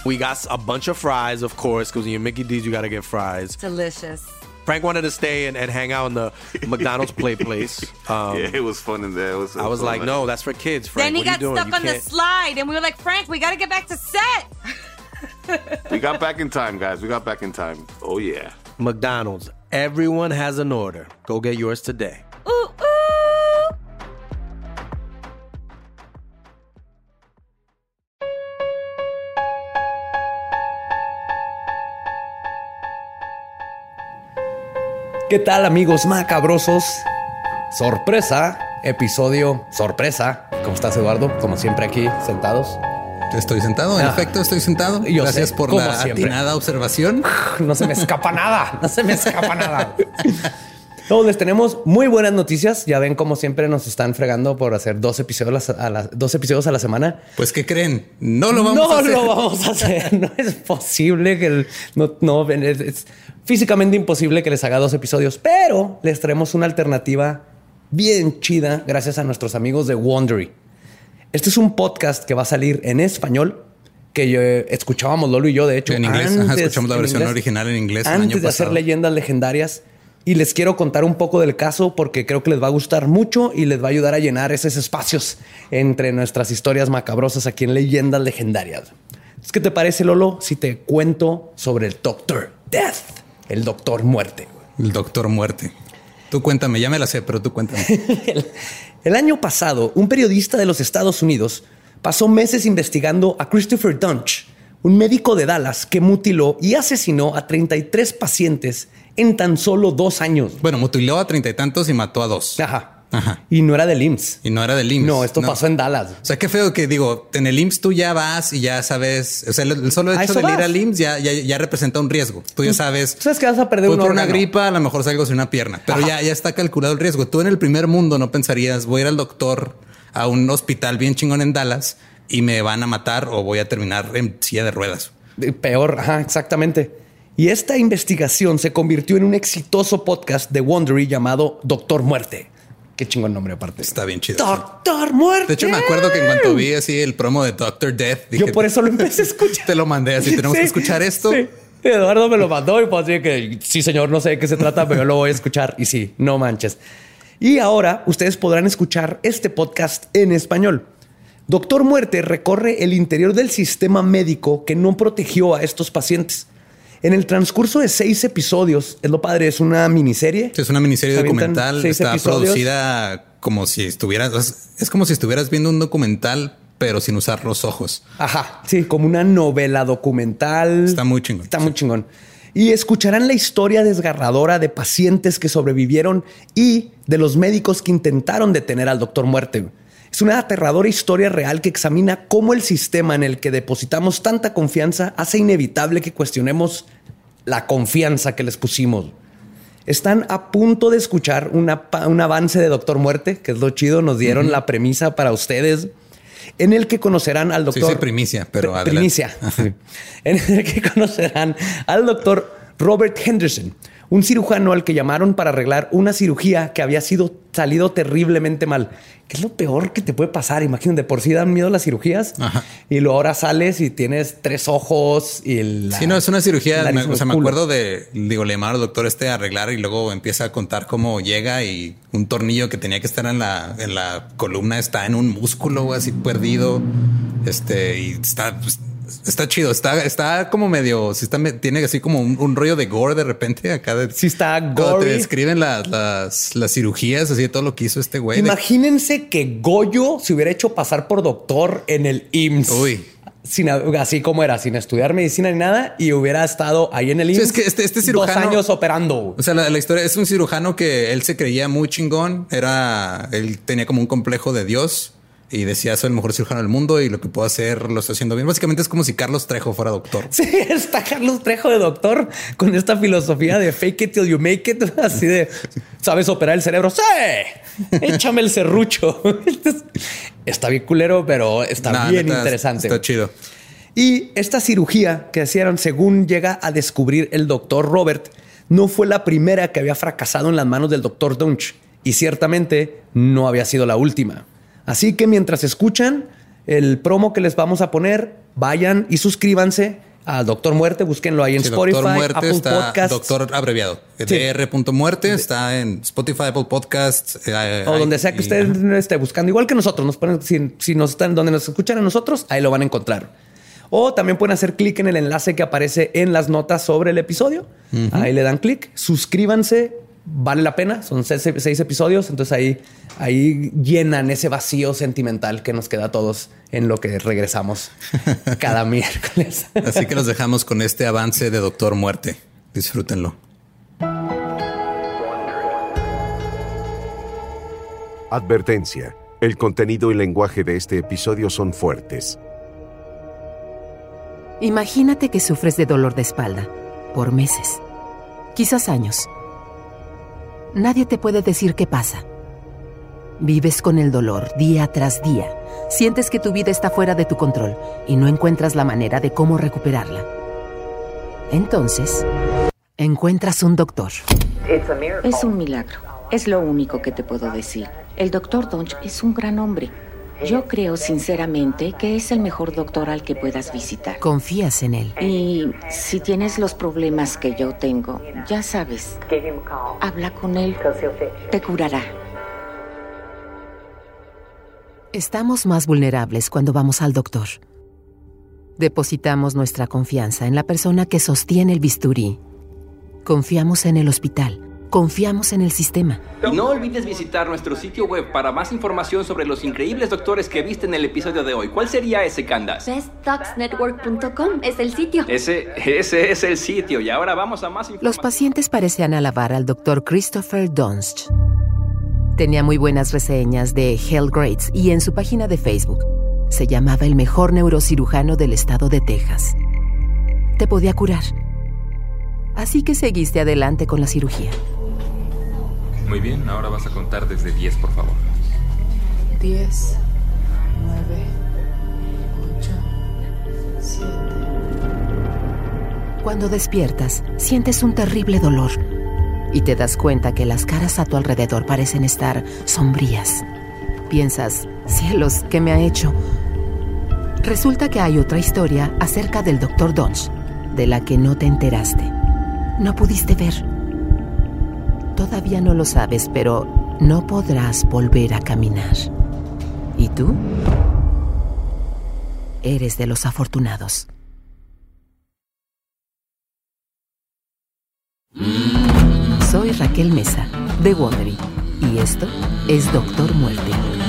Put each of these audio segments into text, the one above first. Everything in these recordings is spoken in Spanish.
We got a bunch of fries, of course, because when you're Mickey D's, you got to get fries. Delicious. Frank wanted to stay and hang out in the McDonald's play place. Yeah, it was fun in there. I was like, no, that's for kids, Frank. Then he What are got you doing? stuck You on the can't- slide, and we were like, Frank, we got to get back to set. We got back in time, guys. We got back in time. Oh, yeah. McDonald's. Everyone has an order. Go get yours today. Ooh, ooh. ¿Qué tal, amigos macabrosos? Sorpresa, episodio sorpresa. ¿Cómo estás, Eduardo? Como siempre aquí, sentados. Estoy sentado, en efecto, estoy sentado. Yo Gracias sé, por como la siempre. atinada observación. No se me escapa nada, no se me escapa nada. No, les tenemos muy buenas noticias. Ya ven como siempre nos están fregando por hacer dos episodios a la semana. Pues, ¿qué creen? No lo vamos a hacer. No lo vamos a hacer. No es posible que es físicamente imposible que les haga 2 episodios, pero les traemos una alternativa bien chida gracias a nuestros amigos de Wondery. Este es un podcast que va a salir en español, que escuchábamos Lolo y yo, de hecho. En inglés, escuchamos la versión original en inglés el año Antes de hacer pasado. Leyendas Legendarias. Y les quiero contar un poco del caso porque creo que les va a gustar mucho y les va a ayudar a llenar esos espacios entre nuestras historias macabrosas aquí en Leyendas Legendarias. ¿Qué te parece, Lolo, si te cuento sobre el Doctor Death, el Doctor Muerte? El Doctor Muerte. Tú cuéntame, ya me la sé, pero tú cuéntame. El año pasado, un periodista de los Estados Unidos pasó meses investigando a Christopher Dunch, un médico de Dallas que mutiló y asesinó a 33 pacientes en tan solo 2 años. Bueno, mutiló a 30 y tantos y mató a 2. Ajá. Ajá. Y no era del IMSS. Y no era del IMSS. No, esto pasó en Dallas. O sea, qué feo que digo, en el IMSS tú ya vas y ya sabes, o sea, el solo ¿A hecho eso de ir vas? al IMSS ya representa un riesgo. Tú ya sabes. Sabes que vas a perder Voy un por una órgano. gripa, a lo mejor salgo sin una pierna, pero ya está calculado el riesgo. Tú en el primer mundo no pensarías, voy a ir al doctor a un hospital bien chingón en Dallas y me van a matar o voy a terminar en silla de ruedas. Peor, ajá, exactamente. Y esta investigación se convirtió en un exitoso podcast de Wondery llamado Doctor Muerte. Qué chingón nombre aparte. Está bien chido. Doctor Muerte. De hecho, me acuerdo que en cuanto vi así el promo de Doctor Death, dije, Yo por eso lo empecé a escuchar. te lo mandé así. Tenemos Sí, que escuchar esto. sí. Eduardo me lo mandó y pues dije que sí, señor, no sé de qué se trata, pero yo lo voy a escuchar. Y sí, no manches. Y ahora ustedes podrán escuchar este podcast en español. Doctor Muerte recorre el interior del sistema médico que no protegió a estos pacientes. En el transcurso de 6 episodios, es lo padre, es una miniserie. Es una miniserie Se avientan documental. 6 Está episodios. producida como si estuvieras... Es como si estuvieras viendo un documental, pero sin usar los ojos. Ajá, sí, como una novela documental. Está muy chingón. Está muy chingón. Y escucharán la historia desgarradora de pacientes que sobrevivieron y de los médicos que intentaron detener al Doctor Muerte. Es una aterradora historia real que examina cómo el sistema en el que depositamos tanta confianza hace inevitable que cuestionemos la confianza que les pusimos. Están a punto de escuchar un avance de Doctor Muerte, que es lo chido. Nos dieron la premisa para ustedes, en el que conocerán al doctor... Sí, primicia, pero adelante. Primicia. Sí. En el que conocerán al doctor Robert Henderson, un cirujano al que llamaron para arreglar una cirugía que había salido terriblemente mal. ¿Qué es lo peor que te puede pasar? Imagínate, de por sí dan miedo las cirugías. Ajá. Y luego ahora sales y tienes 3 ojos y sí, no, es una cirugía. Me culo. acuerdo le llamaron al doctor a arreglar y luego empieza a contar cómo llega y un tornillo que tenía que estar en la columna está en un músculo así perdido. Y está chido. Está como medio... tiene así como un rollo de gore de repente acá. Sí está gory. Cuando te describen las cirugías, así de todo lo que hizo este güey. Imagínense que Goyo se hubiera hecho pasar por doctor en el IMSS. Uy. Así como era, sin estudiar medicina ni nada, y hubiera estado ahí en el IMSS. Sí, es que este cirujano... 2 años operando. O sea, la historia es un cirujano que él se creía muy chingón. Él tenía como un complejo de Dios. Y decía, soy el mejor cirujano del mundo y lo que puedo hacer lo estoy haciendo bien. Básicamente es como si Carlos Trejo fuera doctor. Sí, está Carlos Trejo de doctor con esta filosofía de fake it till you make it. Así de, ¿sabes operar el cerebro? ¡Sí! Échame el serrucho. Está bien culero, pero está bien interesante. Está chido. Y esta cirugía que hicieron, según llega a descubrir el doctor Robert, no fue la primera que había fracasado en las manos del doctor Dunch. Y ciertamente no había sido la última. Así que mientras escuchan el promo que les vamos a poner, vayan y suscríbanse a Doctor Muerte. Búsquenlo ahí en Spotify, Doctor Muerte Apple está, Podcasts. Doctor abreviado. Sí. Dr.muerte está en Spotify, Apple Podcasts. O donde sea que usted esté buscando. Igual que nosotros. Nos ponen, si nos están donde nos escuchan a nosotros, ahí lo van a encontrar. O también pueden hacer clic en el enlace que aparece en las notas sobre el episodio. Ahí le dan clic. Suscríbanse. Vale la pena. Son 6 episodios. Entonces ahí llenan ese vacío sentimental que nos queda a todos en lo que regresamos cada miércoles. Así que los dejamos con este avance de Doctor Muerte. Disfrútenlo. Advertencia. El contenido y lenguaje de este episodio son fuertes. Imagínate que sufres de dolor de espalda por meses, quizás años. Nadie te puede decir qué pasa. Vives con el dolor día tras día. Sientes que tu vida está fuera de tu control y no encuentras la manera de cómo recuperarla. Entonces, encuentras un doctor. Es un milagro. Es lo único que te puedo decir. El Dr. Donch es un gran hombre. Yo creo sinceramente que es el mejor doctor al que puedas visitar. Confías en él. Y si tienes los problemas que yo tengo, ya sabes, habla con él. Te curará. Estamos más vulnerables cuando vamos al doctor. Depositamos nuestra confianza en la persona que sostiene el bisturí. Confiamos en el hospital. Confiamos en el sistema. Y no olvides visitar nuestro sitio web para más información sobre los increíbles doctores que viste en el episodio de hoy. ¿Cuál sería ese, Candace? BestDocsNetwork.com es el sitio. Ese es el sitio. Y ahora vamos a más información. Los pacientes parecían alabar al Dr. Christopher Donch. Tenía muy buenas reseñas de Health Grades y en su página de Facebook se llamaba el mejor neurocirujano del estado de Texas. Te podía curar. Así que seguiste adelante con la cirugía. Muy bien, ahora vas a contar desde 10, por favor. 10, 9, 8, 7. Cuando despiertas, sientes un terrible dolor y te das cuenta que las caras a tu alrededor parecen estar sombrías. Piensas, cielos, ¿qué me ha hecho? Resulta que hay otra historia acerca del Dr. Donch, de la que no te enteraste. No pudiste ver. Todavía no lo sabes, pero no podrás volver a caminar. ¿Y tú? Eres de los afortunados. Soy Raquel Mesa, de Wondery, y esto es Doctor Muerte.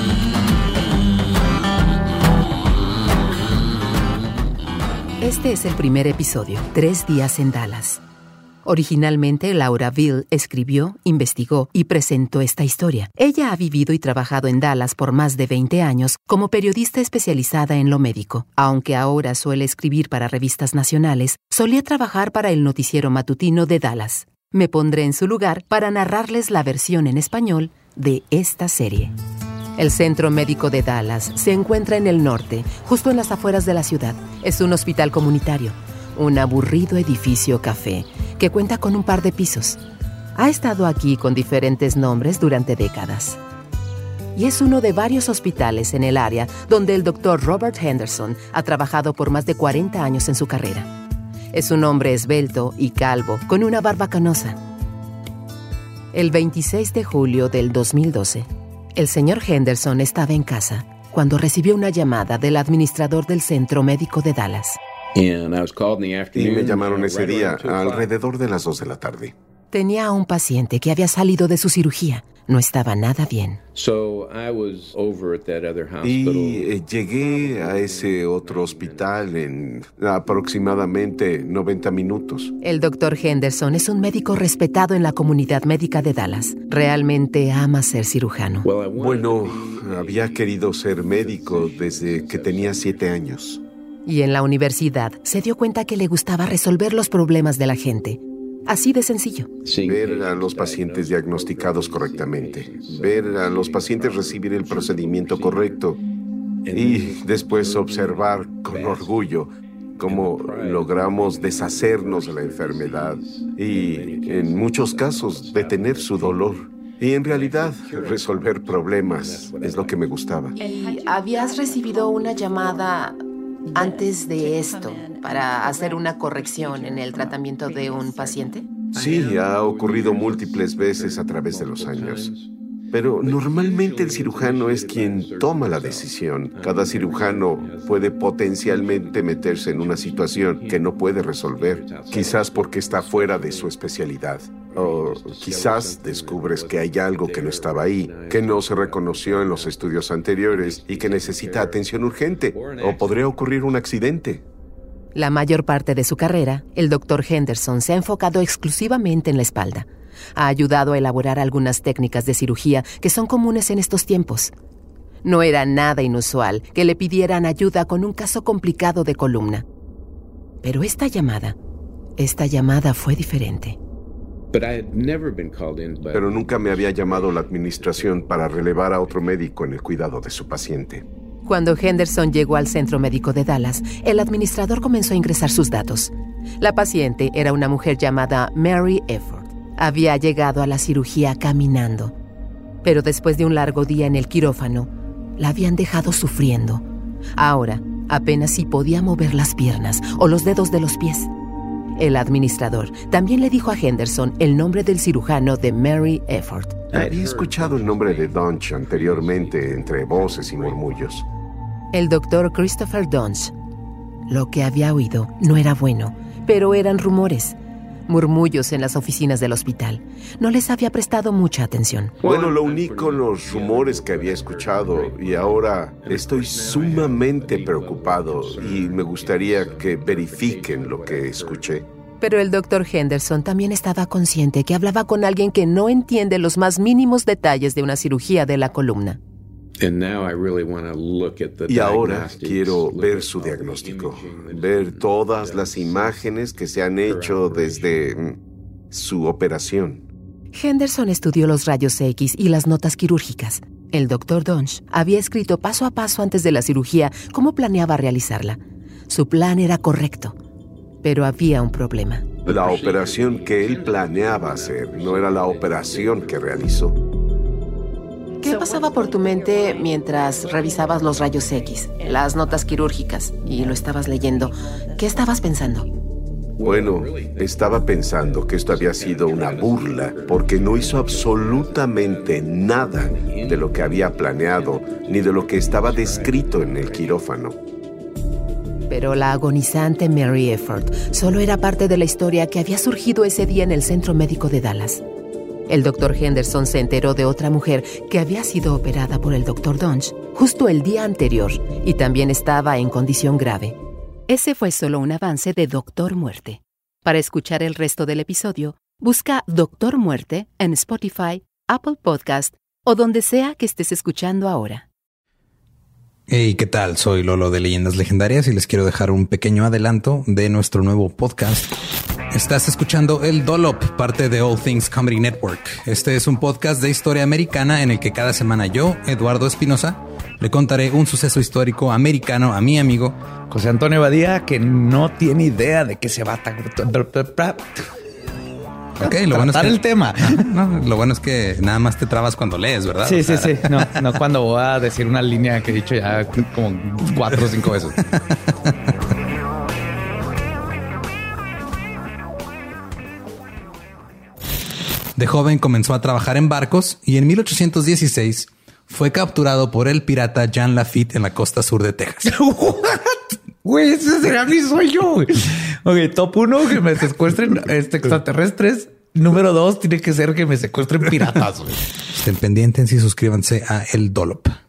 Este es el primer episodio, 3 días en Dallas. Originalmente, Laura Veal escribió, investigó y presentó esta historia. Ella ha vivido y trabajado en Dallas por más de 20 años como periodista especializada en lo médico. Aunque ahora suele escribir para revistas nacionales, solía trabajar para el noticiero matutino de Dallas. Me pondré en su lugar para narrarles la versión en español de esta serie. El Centro Médico de Dallas se encuentra en el norte, justo en las afueras de la ciudad. Es un hospital comunitario. Un aburrido edificio café que cuenta con un par de pisos. Ha estado aquí con diferentes nombres durante décadas. Y es uno de varios hospitales en el área donde el Dr. Robert Henderson ha trabajado por más de 40 años en su carrera. Es un hombre esbelto y calvo, con una barba canosa. El 26 de julio del 2012, el señor Henderson estaba en casa cuando recibió una llamada del administrador del Centro Médico de Dallas. Y me llamaron ese día alrededor de las 2 de la tarde. Tenía a un paciente que había salido de su cirugía. No estaba nada bien. Y llegué a ese otro hospital en aproximadamente 90 minutos. El Dr. Henderson es un médico respetado en la comunidad médica de Dallas. Realmente ama ser cirujano. Bueno, había querido ser médico desde que tenía 7 años. Y en la universidad se dio cuenta que le gustaba resolver los problemas de la gente. Así de sencillo. Ver a los pacientes diagnosticados correctamente, ver a los pacientes recibir el procedimiento correcto y después observar con orgullo cómo logramos deshacernos de la enfermedad y, en muchos casos, detener su dolor. Y en realidad, resolver problemas es lo que me gustaba. ¿Y habías recibido una llamada antes de esto para hacer una corrección en el tratamiento de un paciente? Sí, ha ocurrido múltiples veces a través de los años. Pero normalmente el cirujano es quien toma la decisión. Cada cirujano puede potencialmente meterse en una situación que no puede resolver, quizás porque está fuera de su especialidad. O quizás descubres que hay algo que no estaba ahí, que no se reconoció en los estudios anteriores y que necesita atención urgente. O podría ocurrir un accidente. La mayor parte de su carrera, el Dr. Henderson se ha enfocado exclusivamente en la espalda. Ha ayudado a elaborar algunas técnicas de cirugía que son comunes en estos tiempos. No era nada inusual que le pidieran ayuda con un caso complicado de columna. Pero esta llamada fue diferente. Pero nunca me había llamado la administración para relevar a otro médico en el cuidado de su paciente. Cuando Henderson llegó al centro médico de Dallas, el administrador comenzó a ingresar sus datos. La paciente era una mujer llamada Mary Efford. Había llegado a la cirugía caminando, pero después de un largo día en el quirófano, la habían dejado sufriendo. Ahora, apenas si podía mover las piernas o los dedos de los pies. El administrador también le dijo a Henderson el nombre del cirujano de Mary Efford. Había escuchado el nombre de Donch anteriormente entre voces y murmullos. El doctor Christopher Donch. Lo que había oído no era bueno, pero eran rumores. Murmullos en las oficinas del hospital. No les había prestado mucha atención. Bueno, lo uní con los rumores que había escuchado y ahora estoy sumamente preocupado y me gustaría que verifiquen lo que escuché. Pero el Dr. Henderson también estaba consciente que hablaba con alguien que no entiende los más mínimos detalles de una cirugía de la columna. Y ahora quiero ver su diagnóstico, ver todas las imágenes que se han hecho desde su operación. Henderson estudió los rayos X y las notas quirúrgicas. El Dr. Donch había escrito paso a paso antes de la cirugía cómo planeaba realizarla. Su plan era correcto, pero había un problema. La operación que él planeaba hacer no era la operación que realizó. ¿Qué pasaba por tu mente mientras revisabas los rayos X, las notas quirúrgicas y lo estabas leyendo? ¿Qué estabas pensando? Bueno, estaba pensando que esto había sido una burla porque no hizo absolutamente nada de lo que había planeado ni de lo que estaba descrito en el quirófano. Pero la agonizante Mary Efford solo era parte de la historia que había surgido ese día en el centro médico de Dallas. El Dr. Henderson se enteró de otra mujer que había sido operada por el Dr. Donch justo el día anterior y también estaba en condición grave. Ese fue solo un avance de Doctor Muerte. Para escuchar el resto del episodio, busca Doctor Muerte en Spotify, Apple Podcast o donde sea que estés escuchando ahora. Hey, ¿qué tal? Soy Lolo de Leyendas Legendarias y les quiero dejar un pequeño adelanto de nuestro nuevo podcast. Estás escuchando El Dollop, parte de All Things Comedy Network. Este es un podcast de historia americana en el que cada semana yo, Eduardo Espinosa, le contaré un suceso histórico americano a mi amigo José Antonio Badía, que no tiene idea de qué se va a lo bueno es que el tema. No, lo bueno es que nada más te trabas cuando lees, ¿verdad? Sí, sí. No cuando voy a decir una línea que he dicho ya como 4 o 5 veces. De joven comenzó a trabajar en barcos y en 1816 fue capturado por el pirata Jean Lafitte en la costa sur de Texas. Güey, ese será mi sueño. Ok, top 1, que me secuestren extraterrestres. Número 2, tiene que ser que me secuestren piratas. Estén pendientes y suscríbanse a El Dollop.